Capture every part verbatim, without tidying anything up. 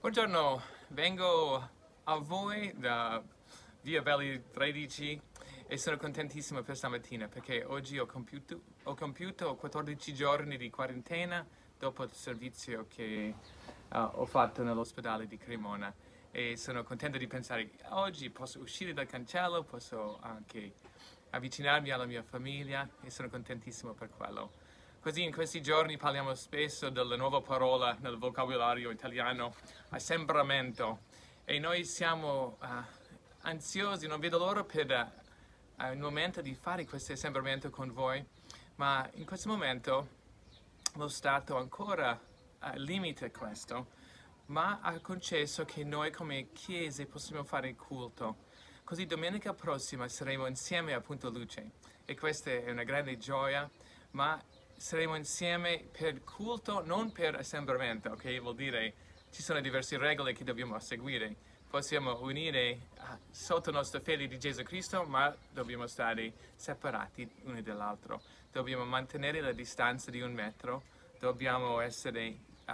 Buongiorno, vengo a voi da Via Belli tredici e sono contentissimo per stamattina perché oggi ho compiuto, ho compiuto quattordici giorni di quarantena dopo il servizio che uh, ho fatto nell'ospedale di Cremona e sono contento di pensare che oggi posso uscire dal cancello, posso anche avvicinarmi alla mia famiglia e sono contentissimo per quello. Così in questi giorni parliamo spesso della nuova parola nel vocabolario italiano, assembramento, e noi siamo uh, ansiosi, non vedo l'ora per uh, il momento di fare questo assembramento con voi, ma in questo momento lo Stato ancora uh, limita questo, ma ha concesso che noi come chiese possiamo fare il culto. Così domenica prossima saremo insieme a Punto Luce e questa è una grande gioia, ma saremo insieme per culto, non per assembramento, ok? Vuol dire ci sono diverse regole che dobbiamo seguire. Possiamo unire uh, sotto la nostra fede di Gesù Cristo, ma dobbiamo stare separati uno dall'altro. Dobbiamo mantenere la distanza di un metro, dobbiamo essere uh,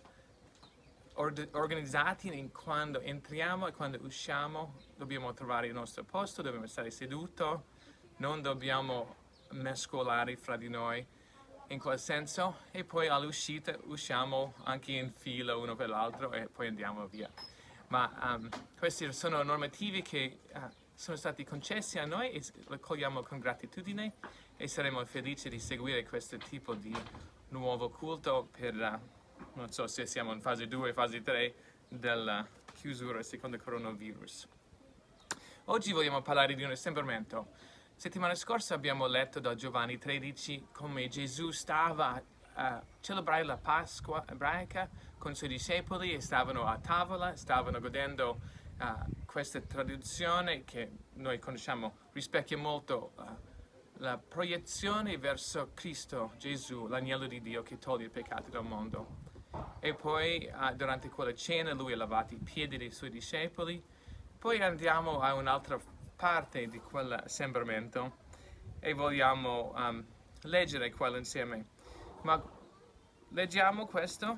or- organizzati in quando entriamo e quando usciamo, dobbiamo trovare il nostro posto, dobbiamo stare seduti, non dobbiamo mescolare fra di noi in quel senso, e poi all'uscita usciamo anche in fila uno per l'altro e poi andiamo via. Ma um, questi sono normativi che uh, sono stati concessi a noi e li cogliamo con gratitudine e saremo felici di seguire questo tipo di nuovo culto per, uh, non so se siamo in fase due, fase tre della chiusura secondo il coronavirus. Oggi vogliamo parlare di un assembramento. Settimana scorsa abbiamo letto da Giovanni tredici come Gesù stava a celebrare la Pasqua ebraica con i suoi discepoli e stavano a tavola, stavano godendo uh, questa tradizione che noi conosciamo, rispecchia molto uh, la proiezione verso Cristo Gesù, l'agnello di Dio che toglie i peccati del mondo. E poi uh, durante quella cena lui ha lavato i piedi dei suoi discepoli. Poi andiamo a un'altra parte di quell'assembramento e vogliamo um, leggere quello insieme. Ma leggiamo questo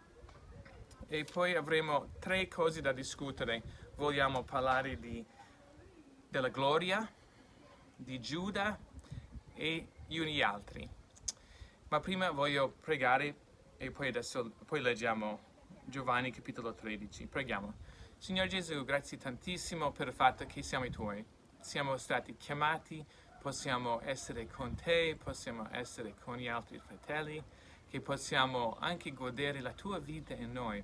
e poi avremo tre cose da discutere. Vogliamo parlare di, della gloria, di Giuda e gli altri. Ma prima voglio pregare e poi adesso poi leggiamo Giovanni capitolo tredici. Preghiamo. Signor Gesù, grazie tantissimo per il fatto che siamo i tuoi. Siamo stati chiamati, possiamo essere con te, possiamo essere con gli altri fratelli, che possiamo anche godere la tua vita in noi.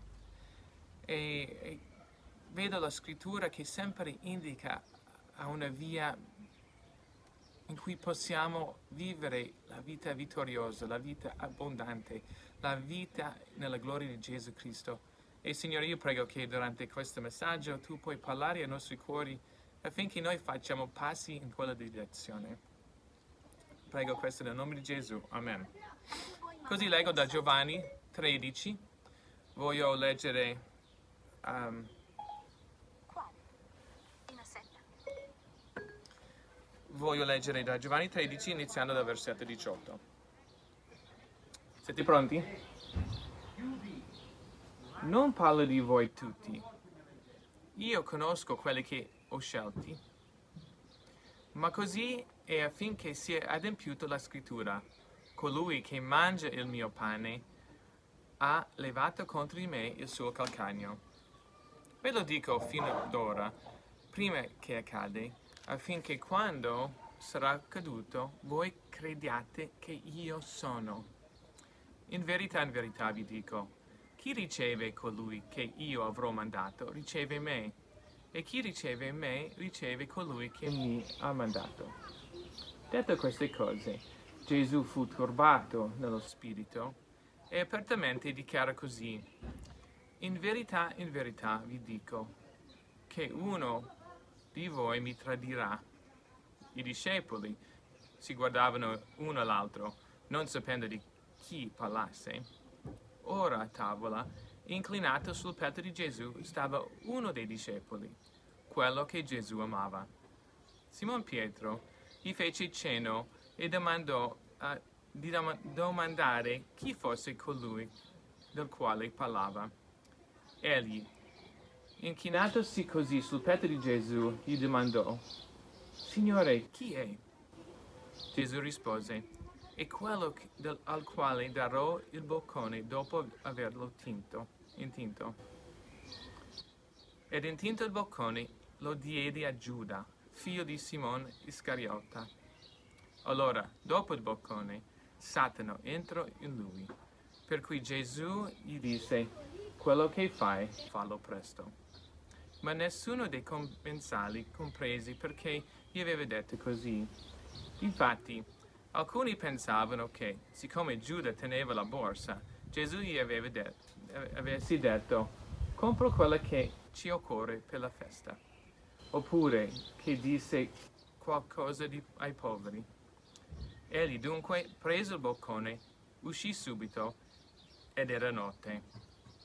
E, e vedo la scrittura che sempre indica a una via in cui possiamo vivere la vita vittoriosa, la vita abbondante, la vita nella gloria di Gesù Cristo. E Signore, io prego che durante questo messaggio tu puoi parlare ai nostri cuori affinché noi facciamo passi in quella direzione. Prego questo nel nome di Gesù. Amen. Così leggo da Giovanni tredici. Voglio leggere um, voglio leggere da Giovanni tredici iniziando dal versetto diciotto. Siete pronti? Non parlo di voi tutti. Io conosco quelli che ho scelti. Ma così è affinché sia adempiuta la scrittura. Colui che mangia il mio pane ha levato contro di me il suo calcagno. Ve lo dico fino d'ora, prima che accade, affinché quando sarà caduto voi crediate che io sono. In verità, in verità vi dico, chi riceve colui che io avrò mandato, riceve me, e chi riceve me, riceve colui che mi ha mandato. Dette queste cose, Gesù fu turbato nello spirito e apertamente dichiara così: in verità, in verità vi dico, che uno di voi mi tradirà. I discepoli si guardavano uno all'altro, non sapendo di chi parlasse. Ora a tavola, inclinato sul petto di Gesù, stava uno dei discepoli, quello che Gesù amava. Simon Pietro gli fece cenno e domandò uh, di dom- domandare chi fosse colui del quale parlava. Egli, inchinatosi così sul petto di Gesù, gli domandò: Signore, chi è? Gesù rispose: è quello che- del- al quale darò il boccone dopo averlo tinto, intinto. Ed intinto il boccone lo diede a Giuda, figlio di Simone Iscariota. Allora, dopo il boccone, Satana entrò in lui. Per cui Gesù gli disse: quello che fai, fallo presto. Ma nessuno dei commensali comprese perché gli aveva detto così. Infatti, alcuni pensavano che, siccome Giuda teneva la borsa, Gesù gli aveva det- avesse detto: compro quella che ci occorre per la festa. Oppure che disse qualcosa di- ai poveri. Egli dunque, preso il boccone, uscì subito ed era notte.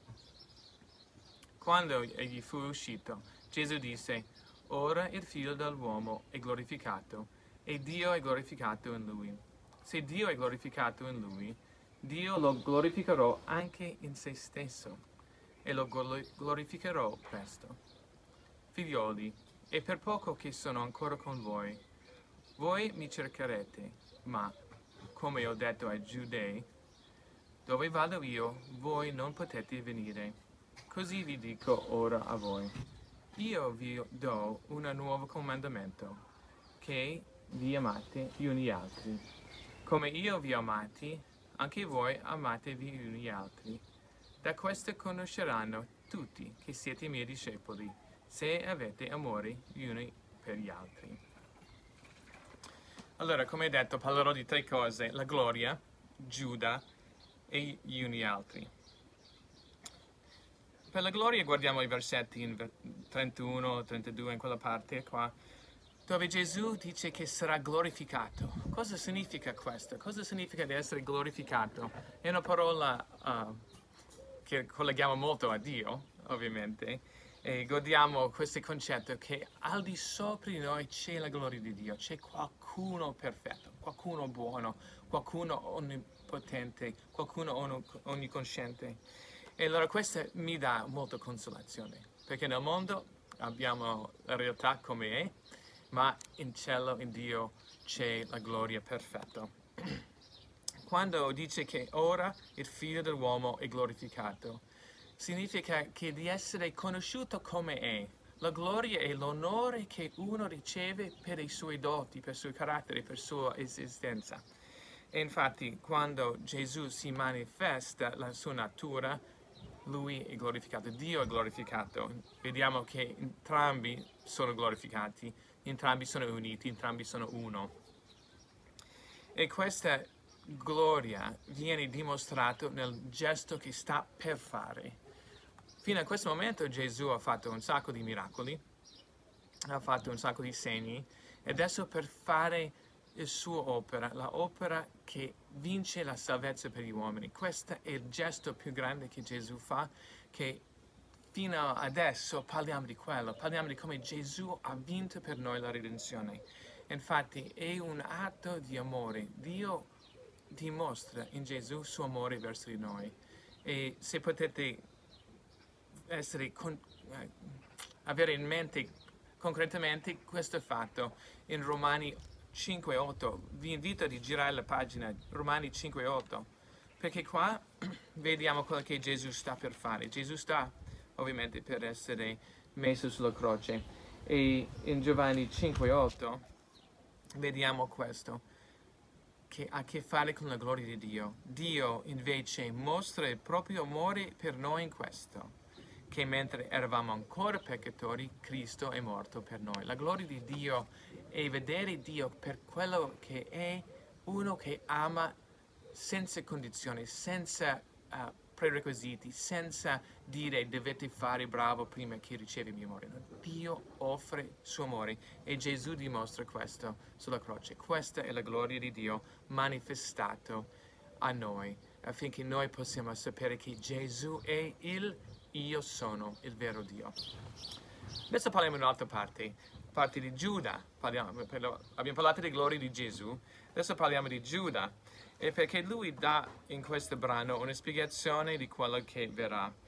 Quando egli fu uscito, Gesù disse: ora il figlio dell'uomo è glorificato, e Dio è glorificato in lui. Se Dio è glorificato in lui, Dio lo glorificherò anche in se stesso, e lo glorificherò presto. Figlioli, è per poco che sono ancora con voi. Voi mi cercherete, ma, come ho detto ai Giudei, dove vado io, voi non potete venire. Così vi dico ora a voi. Io vi do un nuovo comandamento, che vi amate gli uni gli altri. Come io vi ho amati, anche voi amatevi gli uni gli altri. Da questo conosceranno tutti che siete miei discepoli, se avete amore gli uni per gli altri. Allora, come detto, parlerò di tre cose: la gloria, Giuda e gli uni altri. Per la gloria guardiamo i versetti in trentuno, trentadue, in quella parte qua, dove Gesù dice che sarà glorificato. Cosa significa questo? Cosa significa di essere glorificato? È una parola uh, che colleghiamo molto a Dio, ovviamente, e godiamo questo concetto che al di sopra di noi c'è la gloria di Dio, c'è qualcuno perfetto, qualcuno buono, qualcuno onnipotente, qualcuno onnicosciente. E allora questo mi dà molta consolazione, perché nel mondo abbiamo la realtà come è, ma in cielo, in Dio, c'è la gloria perfetta. Quando dice che ora il figlio dell'uomo è glorificato, significa che di essere conosciuto come è. La gloria è l'onore che uno riceve per i suoi doti, per il suo carattere, per la sua esistenza. E infatti quando Gesù si manifesta la sua natura, lui è glorificato, Dio è glorificato. Vediamo che entrambi sono glorificati, entrambi sono uniti, entrambi sono uno. E questa gloria viene dimostrata nel gesto che sta per fare. Fino a questo momento Gesù ha fatto un sacco di miracoli, ha fatto un sacco di segni, e adesso per fare la sua opera, la opera che vince la salvezza per gli uomini. Questo è il gesto più grande che Gesù fa, che fino adesso parliamo di quello, parliamo di come Gesù ha vinto per noi la redenzione. Infatti è un atto di amore. Dio dimostra in Gesù il suo amore verso di noi. E se potete essere con, eh, avere in mente concretamente questo fatto in Romani cinque otto, vi invito a girare la pagina Romani cinque otto, perché qua vediamo quello che Gesù sta per fare. Gesù sta ovviamente per essere messo sulla croce, e in Giovanni cinque otto vediamo questo, che ha a che fare con la gloria di Dio. Dio invece mostra il proprio amore per noi in questo, che mentre eravamo ancora peccatori, Cristo è morto per noi. La gloria di Dio è vedere Dio per quello che è, uno che ama senza condizioni, senza uh, prerequisiti, senza dire dovete fare bravo prima che ricevi il mio amore. Dio offre suo amore e Gesù dimostra questo sulla croce. Questa è la gloria di Dio manifestato a noi, affinché noi possiamo sapere che Gesù è il Io sono il vero Dio. Adesso parliamo di un'altra parte, parte di Giuda. Parliamo, abbiamo parlato di gloria di Gesù, adesso parliamo di Giuda, e perché lui dà in questo brano una spiegazione di quello che verrà.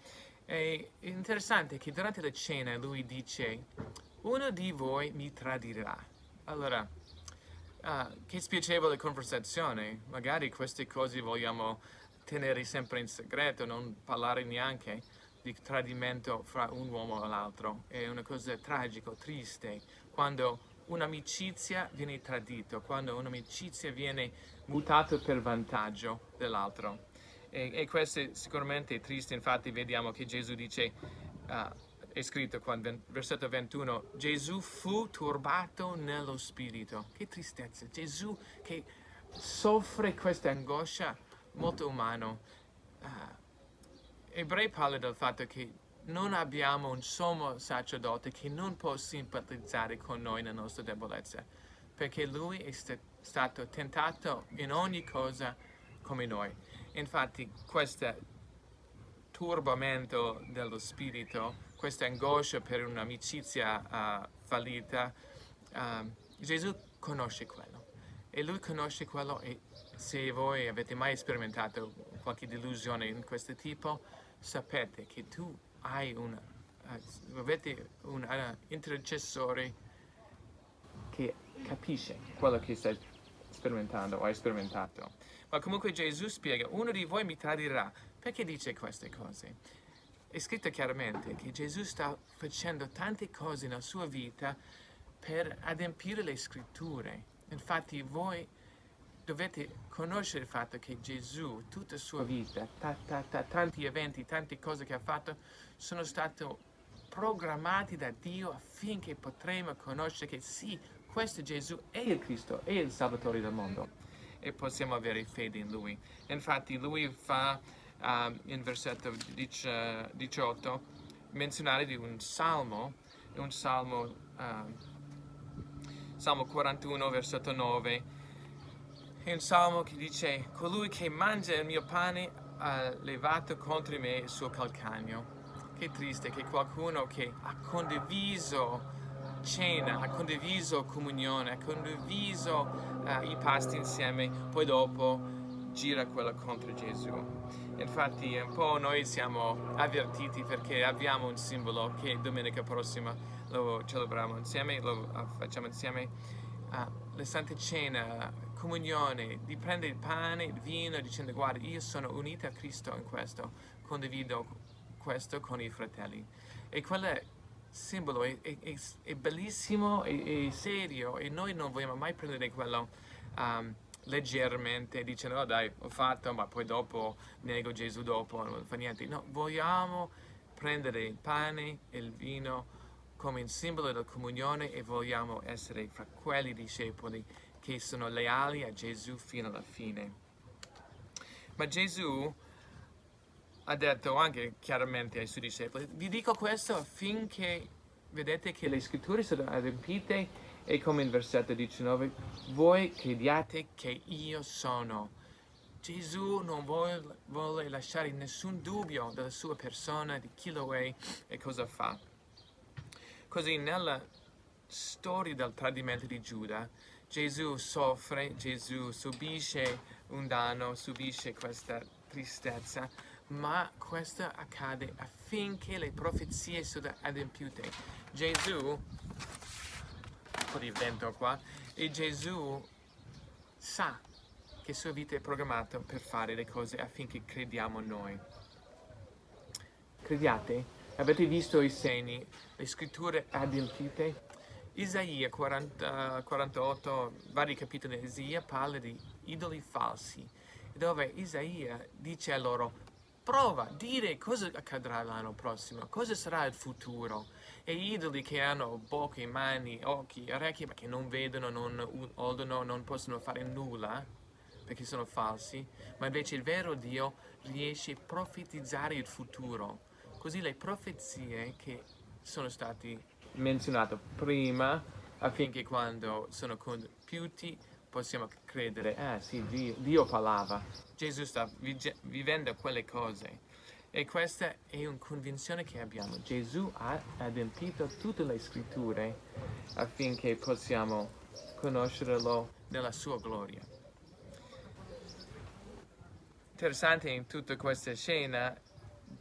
È interessante che durante la cena lui dice, uno di voi mi tradirà. Allora, uh, che spiacevole conversazione, magari queste cose vogliamo tenere sempre in segreto, non parlare neanche di tradimento fra un uomo e l'altro. È una cosa tragica, triste, quando un'amicizia viene tradita, quando un'amicizia viene mutata per vantaggio dell'altro. E, e questo è sicuramente triste, infatti vediamo che Gesù dice, uh, è scritto qua, versetto ventuno, Gesù fu turbato nello spirito. Che tristezza, Gesù che soffre questa angoscia molto umana. Uh, Ebrei parla del fatto che non abbiamo un sommo sacerdote che non può simpatizzare con noi nella nostra debolezza, perché lui è st- stato tentato in ogni cosa come noi. Infatti questo turbamento dello spirito, questa angoscia per un'amicizia uh, fallita, uh, Gesù conosce quello. E lui conosce quello, e se voi avete mai sperimentato qualche delusione in questo tipo, sapete che tu hai un, uh, avete un uh, intercessore che capisce quello che stai sperimentando o hai sperimentato. Ma comunque Gesù spiega, uno di voi mi tradirà. Perché dice queste cose? È scritto chiaramente che Gesù sta facendo tante cose nella sua vita per adempiere le scritture. Infatti voi dovete conoscere il fatto che Gesù, tutta la sua vita, ta, ta, ta, tanti eventi, tante cose che ha fatto, sono stati programmati da Dio affinché potremo conoscere che sì, questo Gesù è il Cristo, è il Salvatore del mondo, e possiamo avere fede in Lui. Infatti Lui fa, uh, in versetto diciotto, menzionare di un salmo, un salmo, uh, salmo quarantuno, versetto nove, è un salmo che dice, colui che mangia il mio pane ha levato contro me il suo calcagno. Che triste che qualcuno che ha condiviso cena, ha condiviso comunione, ha condiviso uh, i pasti insieme, poi dopo gira quello contro Gesù. Infatti un po' noi siamo avvertiti perché abbiamo un simbolo che domenica prossima lo celebriamo insieme, lo uh, facciamo insieme, uh, la Santa Cena, comunione, di prendere il pane, il vino, dicendo guarda, io sono unita a Cristo in questo, condivido questo con i fratelli. E quella simbolo è, è, è, è bellissimo, è, è serio, e noi non vogliamo mai prendere quello um, leggermente, dicendo oh dai, ho fatto, ma poi dopo nego Gesù dopo, non fa niente. No, vogliamo prendere il pane e il vino come un simbolo della comunione e vogliamo essere fra quelli discepoli che sono leali a Gesù fino alla fine. Ma Gesù ha detto anche chiaramente ai suoi discepoli, vi dico questo affinché vedete che le scritture sono adempiute, e come in versetto diciannove, voi crediate che io sono. Gesù non vuole, vuole lasciare nessun dubbio della sua persona, di chi lo è e cosa fa. Così nella storia del tradimento di Giuda, Gesù soffre, Gesù subisce un danno, subisce questa tristezza, ma questo accade affinché le profezie siano adempiute. Gesù, un po' di vento qua, e Gesù sa che sua vita è programmata per fare le cose affinché crediamo noi. Crediate? Avete visto i segni, le scritture adempiute? Isaia quaranta, quarantotto, vari capitoli di Isaia parla di idoli falsi, dove Isaia dice a loro, prova a dire cosa accadrà l'anno prossimo, cosa sarà il futuro. E gli idoli che hanno bocche, mani, occhi, orecchie, ma che non vedono, non odono, non possono fare nulla, perché sono falsi, ma invece il vero Dio riesce a profetizzare il futuro. Così le profezie che sono state menzionate prima, affinché quando sono compiuti possiamo credere, ah sì, Dio, Dio parlava. Gesù sta vige- vivendo quelle cose. E questa è una convinzione che abbiamo. Gesù ha adempito tutte le scritture affinché possiamo conoscerlo nella sua gloria. Interessante in tutta questa scena,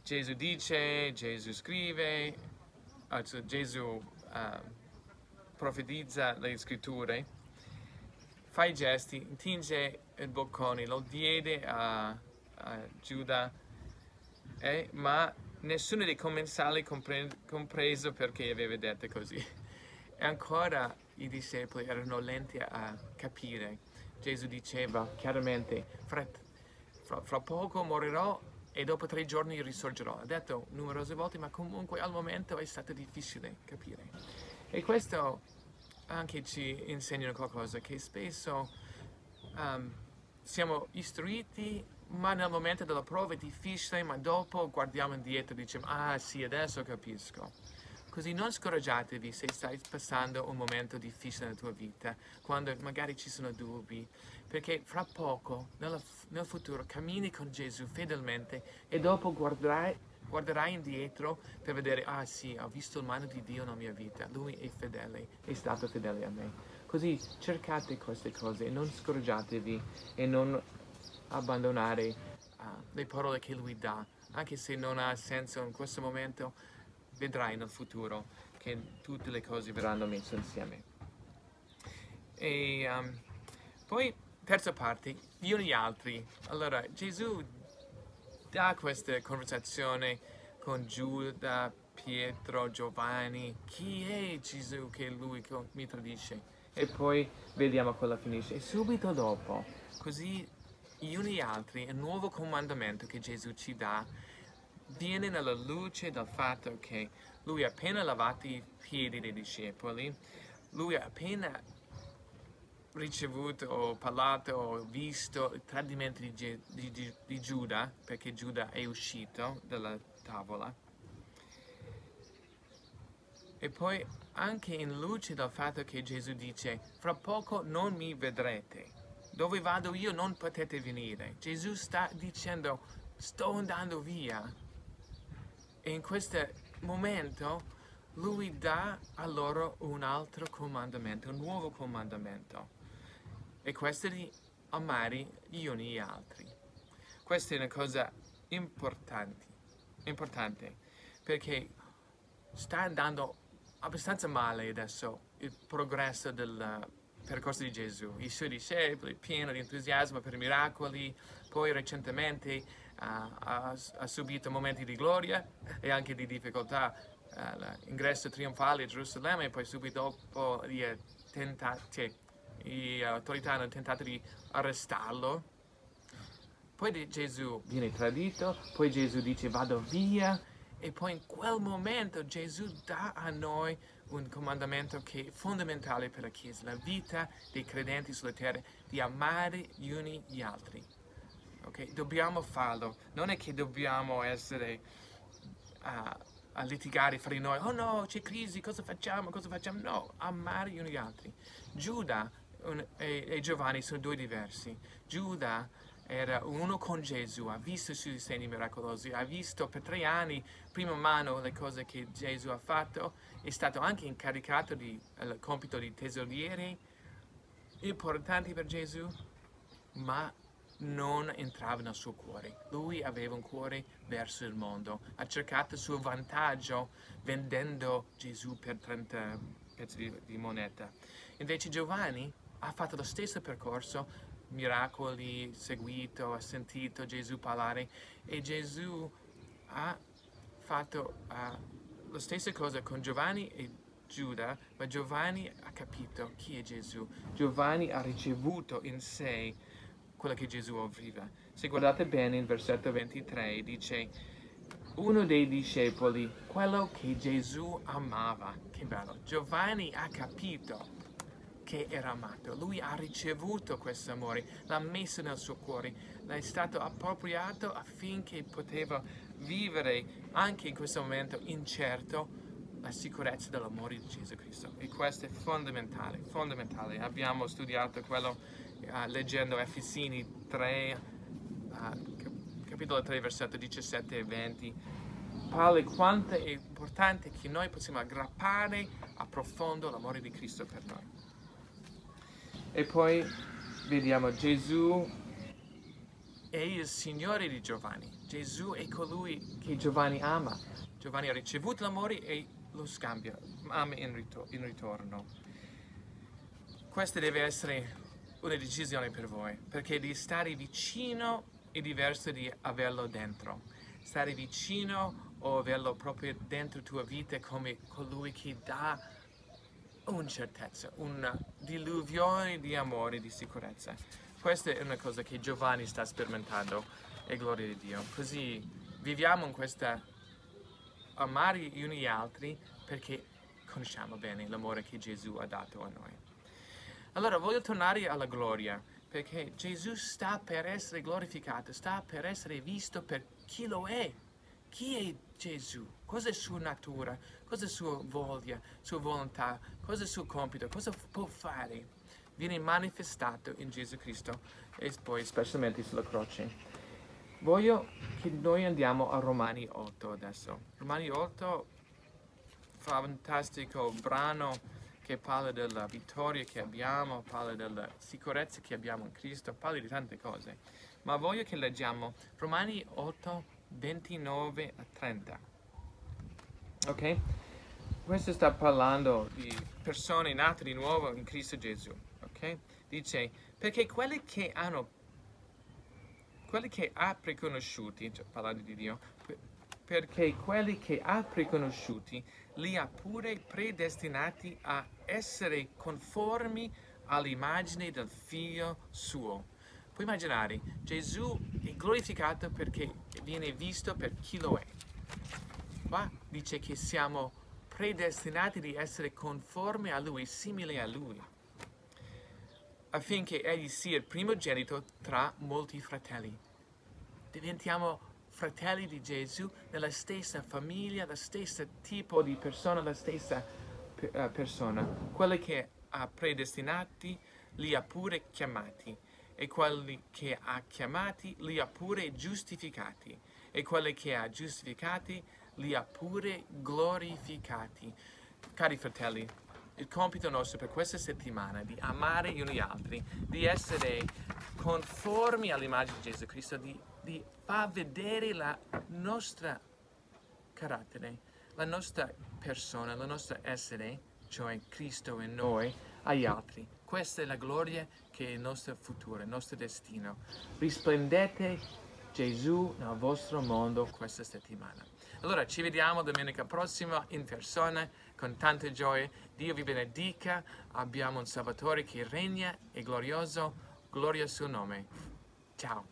Gesù dice, Gesù scrive, also Gesù uh, profetizza le scritture, fa i gesti, tinge i bocconi, lo diede a, a Giuda, eh, ma nessuno dei commensali compre- compreso perché aveva detto così. E ancora i discepoli erano lenti a capire. Gesù diceva chiaramente, fra, fra, fra poco morirò e dopo tre giorni risorgerò. Ha detto numerose volte, ma comunque al momento è stato difficile capire. E questo anche ci insegna qualcosa, che spesso um, siamo istruiti, ma nel momento della prova è difficile, ma dopo guardiamo indietro e diciamo, ah sì, adesso capisco. Così non scoraggiatevi se stai passando un momento difficile nella tua vita, quando magari ci sono dubbi, perché fra poco, nella, nel futuro, cammini con Gesù fedelmente e dopo guarderai, guarderai indietro per vedere, ah sì, ho visto il mano di Dio nella mia vita, Lui è fedele, è stato fedele a me. Così cercate queste cose e non scoraggiatevi e non abbandonare uh, le parole che Lui dà, anche se non ha senso in questo momento. Vedrai nel futuro che tutte le cose verranno messe insieme. E um, poi, terza parte, gli uni gli altri. Allora, Gesù dà questa conversazione con Giuda, Pietro, Giovanni. Chi è Gesù che lui mi tradisce? E poi vediamo cosa finisce. E subito dopo, così gli uni gli altri, il nuovo comandamento che Gesù ci dà viene nella luce del fatto che lui ha appena lavato i piedi dei discepoli, lui ha appena ricevuto o parlato o visto il tradimento di, di, di, di Giuda, perché Giuda è uscito dalla tavola. E poi anche in luce del fatto che Gesù dice, fra poco non mi vedrete, dove vado io non potete venire. Gesù sta dicendo, sto andando via. E in questo momento lui dà a loro un altro comandamento, un nuovo comandamento. E questo è di amare gli uni gli altri. Questa è una cosa importante, importante perché sta andando abbastanza male adesso il progresso del percorso di Gesù. I suoi discepoli pieni di entusiasmo per i miracoli, poi recentemente uh, ha, ha subito momenti di gloria e anche di difficoltà, uh, l'ingresso trionfale a Gerusalemme, e poi subito dopo gli, tenta- cioè, le autorità hanno tentato di arrestarlo. Poi Gesù viene tradito, poi Gesù dice vado via, e poi in quel momento Gesù dà a noi un comandamento che è fondamentale per la Chiesa, la vita dei credenti sulla terra, di amare gli uni gli altri. Okay? Dobbiamo farlo, non è che dobbiamo essere a, a litigare fra di noi, oh no, c'è crisi, cosa facciamo, cosa facciamo? No, amare gli uni gli altri. Giuda un, e, e Giovanni sono due diversi. Giuda era uno con Gesù, ha visto i suoi segni miracolosi, ha visto per tre anni, prima mano, le cose che Gesù ha fatto, è stato anche incaricato del uh, compito di tesorieri importanti per Gesù, ma non entrava nel suo cuore. Lui aveva un cuore verso il mondo, ha cercato il suo vantaggio vendendo Gesù per trenta pezzi di, di moneta. Invece Giovanni ha fatto lo stesso percorso, miracoli, seguito, ha sentito Gesù parlare, e Gesù ha fatto uh, la stessa cosa con Giovanni e Giuda, ma Giovanni ha capito chi è Gesù. Giovanni ha ricevuto in sé quello che Gesù offriva. Se guardate bene il versetto ventitré, dice uno dei discepoli, quello che Gesù amava. Che bello! Giovanni ha capito che era amato, lui ha ricevuto questo amore, l'ha messo nel suo cuore, l'è stato appropriato affinché poteva vivere anche in questo momento incerto la sicurezza dell'amore di Gesù Cristo. E questo è fondamentale, fondamentale. Abbiamo studiato quello uh, leggendo Efesini tre, uh, capitolo tre, versetto diciassette e venti. Parla quanto è importante che noi possiamo aggrappare a profondo l'amore di Cristo per noi. E poi vediamo Gesù è il Signore di Giovanni. Gesù è colui che Giovanni ama. Giovanni ha ricevuto l'amore e lo scambia, ama in, ritor- in ritorno. Questa deve essere una decisione per voi, perché di stare vicino è diverso di averlo dentro. Stare vicino o averlo proprio dentro la tua vita è come colui che dà una certezza, una diluvione di amore e di sicurezza. Questa è una cosa che Giovanni sta sperimentando, e gloria di Dio. Così viviamo in questa amare gli uni gli altri perché conosciamo bene l'amore che Gesù ha dato a noi. Allora voglio tornare alla gloria, perché Gesù sta per essere glorificato, sta per essere visto per chi lo è. Chi è Gesù? Cosa è sua natura? Cosa è sua voglia, sua volontà? Cosa è il suo compito? Cosa può fare? Viene manifestato in Gesù Cristo e poi specialmente sulla croce. Voglio che noi andiamo a Romani otto adesso. Romani otto, fantastico brano che parla della vittoria che abbiamo, parla della sicurezza che abbiamo in Cristo, parla di tante cose. Ma voglio che leggiamo Romani otto, ventinove a trenta. Ok? Questo sta parlando di persone nate di nuovo in Cristo Gesù. Ok? Dice, perché quelli che hanno quelli che ha preconosciuti, cioè parlando di Dio, perché quelli che ha preconosciuti li ha pure predestinati a essere conformi all'immagine del Figlio suo. Puoi immaginare, Gesù è glorificato perché viene visto per chi lo è. Qua dice che siamo predestinati di essere conformi a Lui, simili a Lui, affinché egli sia il primogenito tra molti fratelli. Diventiamo fratelli di Gesù nella stessa famiglia, lo stesso tipo di persona, la stessa uh, persona. Quelli che ha predestinati li ha pure chiamati, e quelli che ha chiamati li ha pure giustificati, e quelli che ha giustificati li ha pure glorificati. Cari fratelli, il compito nostro per questa settimana è di amare gli uni gli altri, di essere conformi all'immagine di Gesù Cristo, di, di far vedere la nostra carattere, la nostra persona, la nostra essere, cioè Cristo in noi, agli altri. Questa è la gloria che è il nostro futuro, il nostro destino. Risplendete Gesù nel vostro mondo questa settimana. Allora, ci vediamo domenica prossima in persona con tante gioie. Dio vi benedica. Abbiamo un Salvatore che regna, è glorioso. Gloria al suo nome. Ciao.